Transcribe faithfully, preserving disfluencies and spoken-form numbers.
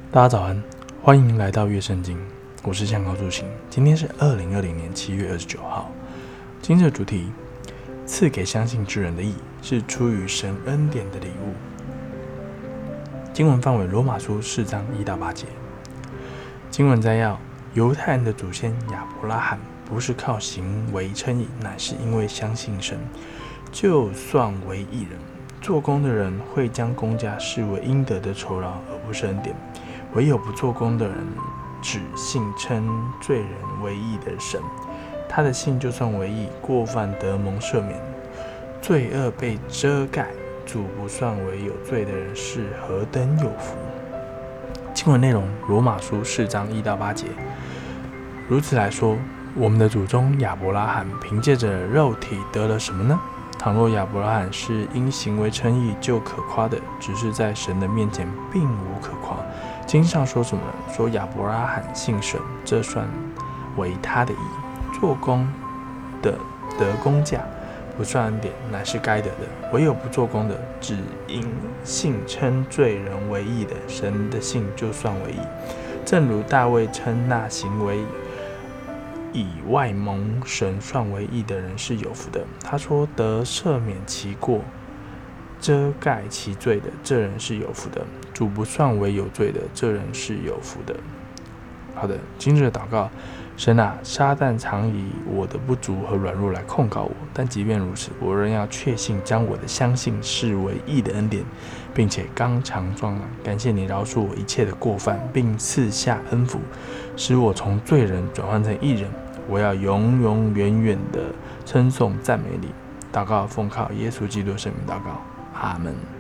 大家早安，欢迎来到乐圣经，我是向高助行。今天是二零二零年七月二十九号。今日的主题：赐给相信之人的义，是出于神恩典的礼物。经文范围：罗马书四章一到八节。经文摘要：犹太人的祖先亚伯拉罕不是靠行为称义，乃是因为相信神，就算为义人。做工的人会将工价视为应得的酬劳，而不是恩典。唯有不做工的人，只信称罪人为义的神，他的信就算为义，过犯得蒙赦免，罪恶被遮盖，主不算为有罪的人是何等有福。经文内容：罗马书四章一到八节。如此来说，我们的祖宗亚伯拉罕凭借着肉体得了什么呢？倘若亚伯拉罕是因行为称义就可夸的，只是在神的面前并无可夸。经上说什么呢？说亚伯拉罕信神，这算为他的义；做工的得工价，不算恩典，乃是该得的。唯有不做工的，只因信称罪人为义的，神的信就算为义。正如大卫称那行为以外蒙神算为义的人是有福的。他说：得赦免其过，遮盖其罪的，这人是有福的；主不算为有罪的，这人是有福的。好的，今日的祷告：神啊，撒旦常以我的不足和软弱来控告我，但即便如此，我仍要确信将我的相信视为义的恩典，并且刚强壮胆。感谢你饶恕我一切的过犯，并赐下恩福，使我从罪人转换成义人。我要永永远远的称颂赞美你。祷告奉靠耶稣基督的圣名祷告，阿们。